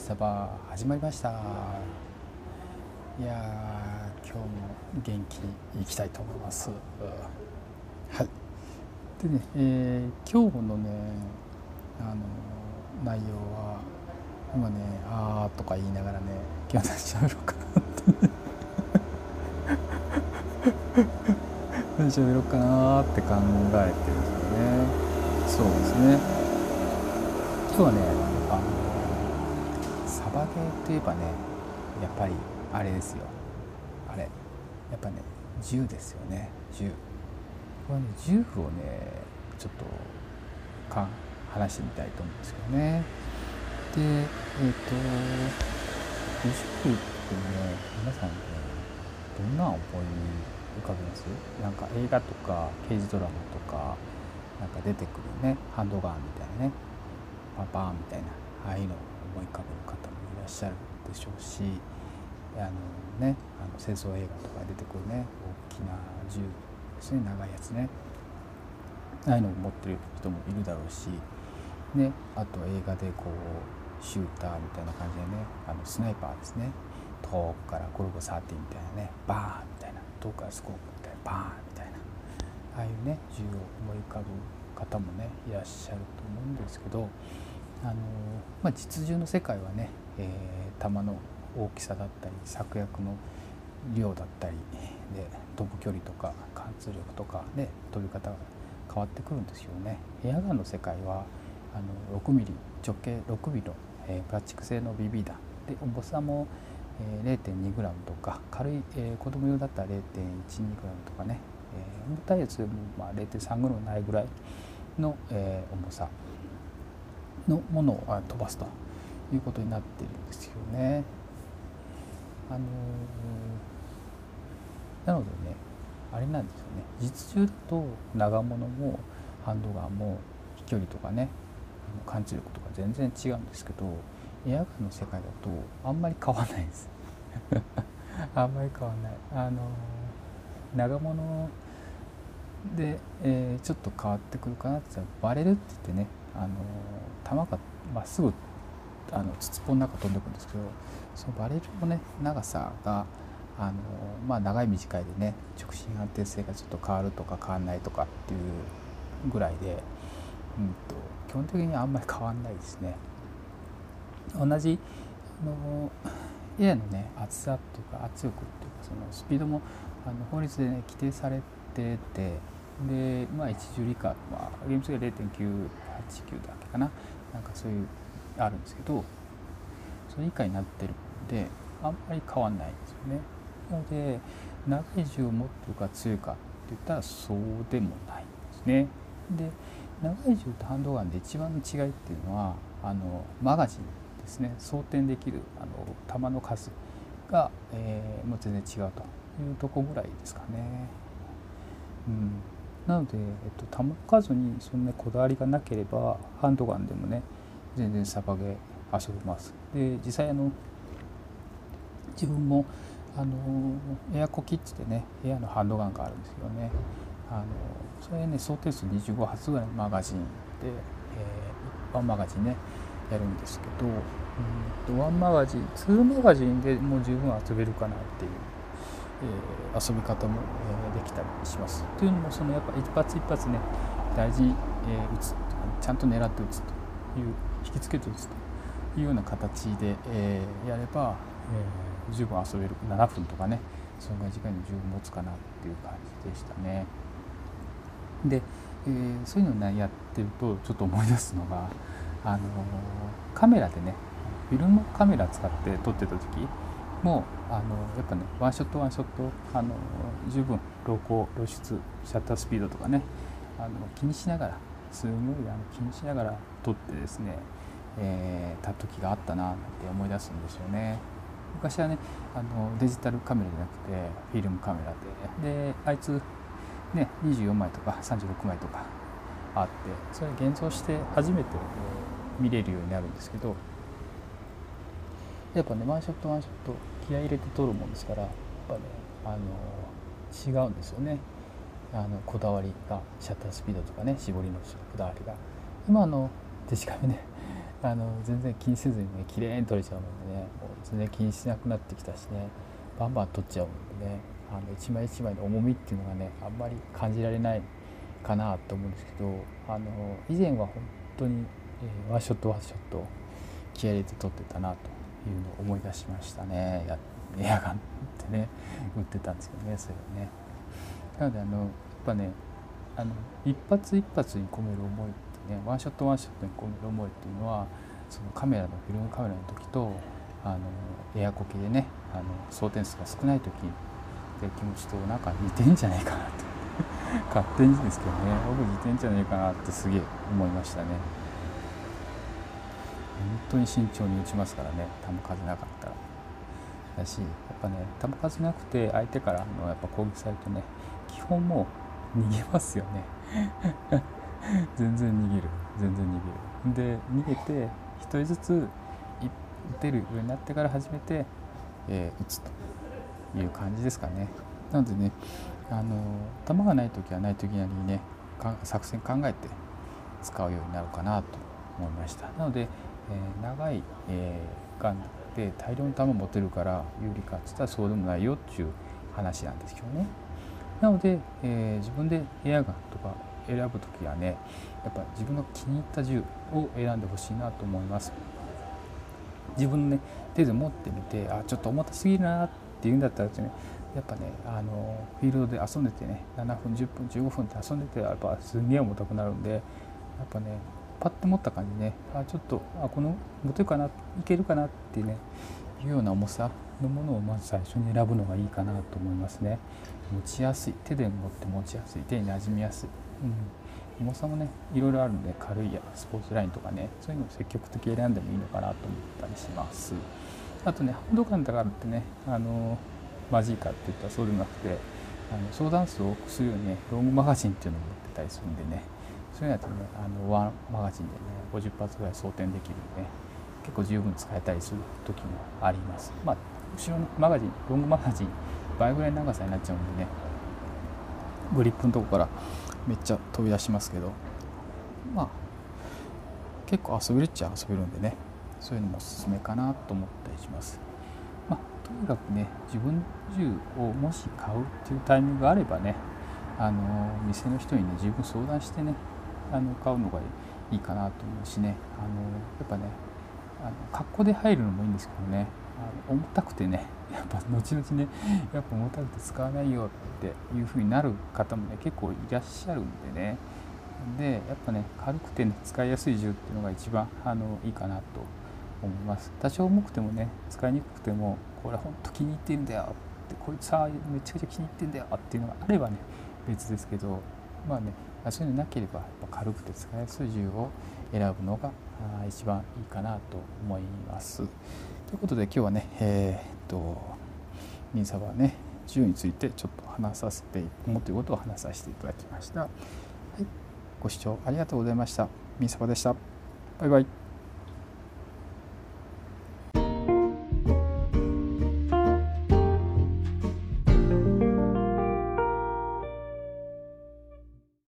サバ始まりました。いや今日も元気にいきたいと思います。はい。でね、今日のね内容は今ねとか言いながらね、今日何喋ろうかな何喋ろうかなって考えてるんですよね。そうですね。今日はねサバゲーといえばね、やっぱりあれですよ。やっぱね、銃ですよね。銃。これね、銃をねちょっと話してみたいと思うんですけどね。で銃ってね、皆さんねどんな思い浮かべます？なんか映画とか刑事ドラマとかなんか出てくるね、ハンドガンみたいなね、パンパンみたいな、ああいうのを思い浮かべる方もいらっしゃるでしょうし、戦争映画とか出てくるね、大きな銃ですね、長いやつね、ああいうのを持ってる人もいるだろうしね。あと映画でこうシューターみたいな感じでね、スナイパーですね、遠くからゴルゴ13みたいなね、バーンみたいな、遠くからスコープみたいなバーンみたいな、ああいうね銃を思い浮かぶ方もねいらっしゃると思うんですけど、実銃の世界はね、弾の大きさだったり策略の量だったりで飛ぶ距離とか貫通力とかで飛び方が変わってくるんですよね。エアガンの世界は6ミリ直径6ミリの、プラスチック製の BB 弾で、重さも 0.2 グラムとか、軽い、子供用だったら 0.12 グラムとかね、重たいやつでも0.3 グラムないぐらいの、重さのものを飛ばすということになっているんですよね。なのでね、あれなんですよね、実銃だと長物もハンドガンも飛距離とかね、貫通力とか全然違うんですけど、エアガンの世界だとあんまり変わらないですあんまり変わらない。長物で、ちょっと変わってくるかなって言ったら、バレルって言ってね、弾がまっすぐ筒っぽの中飛んでいくんですけど、そのバレルのね長さが長い短いでね、直進安定性がちょっと変わるとか変わらないとかっていうぐらいで、基本的にあんまり変わらないですね。同じエアのね厚さというか圧力っていうか、そのスピードも法律でね規定されてて、で一重以下、厳密には 0.989 だけかな、なんかそういうあるんですけど、それ以下になってるのであんまり変わんないんですよね。なので長い銃を持ってるか強いかって言ったらそうでもないんですね。で長い銃とハンドガンで一番の違いっていうのはマガジンですね。装填できる弾の数が、もう全然違うというところぐらいですかね。なので、弾の数にそんなこだわりがなければハンドガンでもね全然サバゲー遊べます。で実際自分もエアコキッズでね、エアのハンドガンがあるんですよね。それね、想定数25発ぐらいのマガジンで、ワンマガジンねやるんですけど、ワンマガジン2マガジンでもう十分遊べるかなっていう、遊び方も、できたりします。というのもやっぱ一発一発ね大事に、撃つ、ちゃんと狙って撃つという、引きつけて撃つというような形で、やれば、十分遊べる。7分とかね、そのぐらい時間に十分持つかなっていう感じでしたね。で、そういうのをねやってるとちょっと思い出すのが、カメラでね、フィルムカメラ使って撮ってた時もやっぱねワンショットワンショット十分露光露出シャッタースピードとかね気にしながら、すごい気にしながら撮ってですね、た時があったななんて思い出すんですよね。昔はねデジタルカメラじゃなくてフィルムカメラで、あいつね24枚とか36枚とかあって、それ現像して初めて、見れるようになるんですけど、やっぱねワンショットワンショット気合い入れて撮るもんですから、やっぱね違うんですよね。こだわりが、シャッタースピードとかね、絞りのこだわりが今デジカメね全然気にせずにね綺麗に撮れちゃうのでね、もう全然気にしなくなってきたしね、バンバン撮っちゃうのでね、一枚一枚の重みっていうのがねあんまり感じられないかなと思うんですけど、以前は本当に、ワンショットワンショット気合い入れて撮ってたなというのを思い出しましたね。エアガンってね売ってたんですけどね、それをね。なのでやっぱね一発一発に込める思いってね、ワンショットワンショットに込める思いっていうのは、そのカメラのフィルムカメラの時とエアコケでね装填数が少ない時って気持ちとなんか似てんじゃないかなと勝手にですけどね、僕似てんじゃないかなってすげえ思いましたね。本当に慎重に打ちますからね、球数なかったら。だしやっぱね球数なくて相手からやっぱ攻撃されるとね、基本もう逃げますよね全然逃げるで、逃げて一人ずつ打てるようになってから初めて、打つという感じですかね。なのでね球がない時はない時なりにね作戦考えて使うようになるかなと思いました。なので、長い、ガンで大量の球持てるから有利かって言ったらそうでもないよっていう話なんですけどね。なので、自分でエアガンとか選ぶ時はねやっぱ自分の気に入った銃を選んでほしいなと思います。自分のね手で持ってみてちょっと重たすぎるなっていうんだったらですね、やっぱねフィールドで遊んでてね7分10分15分って遊んでてやっぱすんげえ重たくなるんで、やっぱねパッと持った感じねちょっとこの持てるかないけるかなってねいうような重さのものをまず最初に選ぶのがいいかなと思いますね。持ちやすい、手で持って持ちやすい、手に馴染みやすい、重さもねいろいろあるんで、軽いスポーツラインとかねそういうのを積極的に選んでもいいのかなと思ったりします。あとねハンドガンだからってねマジかって言ったらそうでもなくて相談数を多くするようにねロングマガジンっていうのを持ってたりするんでね、そういうのだとねワンマガジンでね50発ぐらい装填できるんで、ね、結構十分使えたりする時もあります。後ろのマガジンロングマガジン倍ぐらいの長さになっちゃうんでね、グリップのとこからめっちゃ飛び出しますけど、結構遊べるっちゃ遊べるんでね、そういうのもおすすめかなと思ったりします。とにかくね自分の銃をもし買うっていうタイミングがあればね店の人にね十分相談してね買うのがいいかなと思うしね、やっぱね格好で入るのもいいんですけどね、重たくてねやっぱ後々ねやっぱ重たくて使わないよっていう風になる方もね結構いらっしゃるんでね、でやっぱね軽くて、ね、使いやすい銃っていうのが一番いいかなと思います。多少重くてもね使いにくくてもこれほんと気に入ってるんだよって、こいつさめちゃくちゃ気に入ってんだよっていうのがあればね別ですけど、そういうのなければやっぱ軽くて使いやすい銃を選ぶのが一番いいかなと思います。ということで今日はねミンサバね銃についてちょっと話させて思っていることを話させていただきました。はい、ご視聴ありがとうございました。ミンサバでした。バイバイ。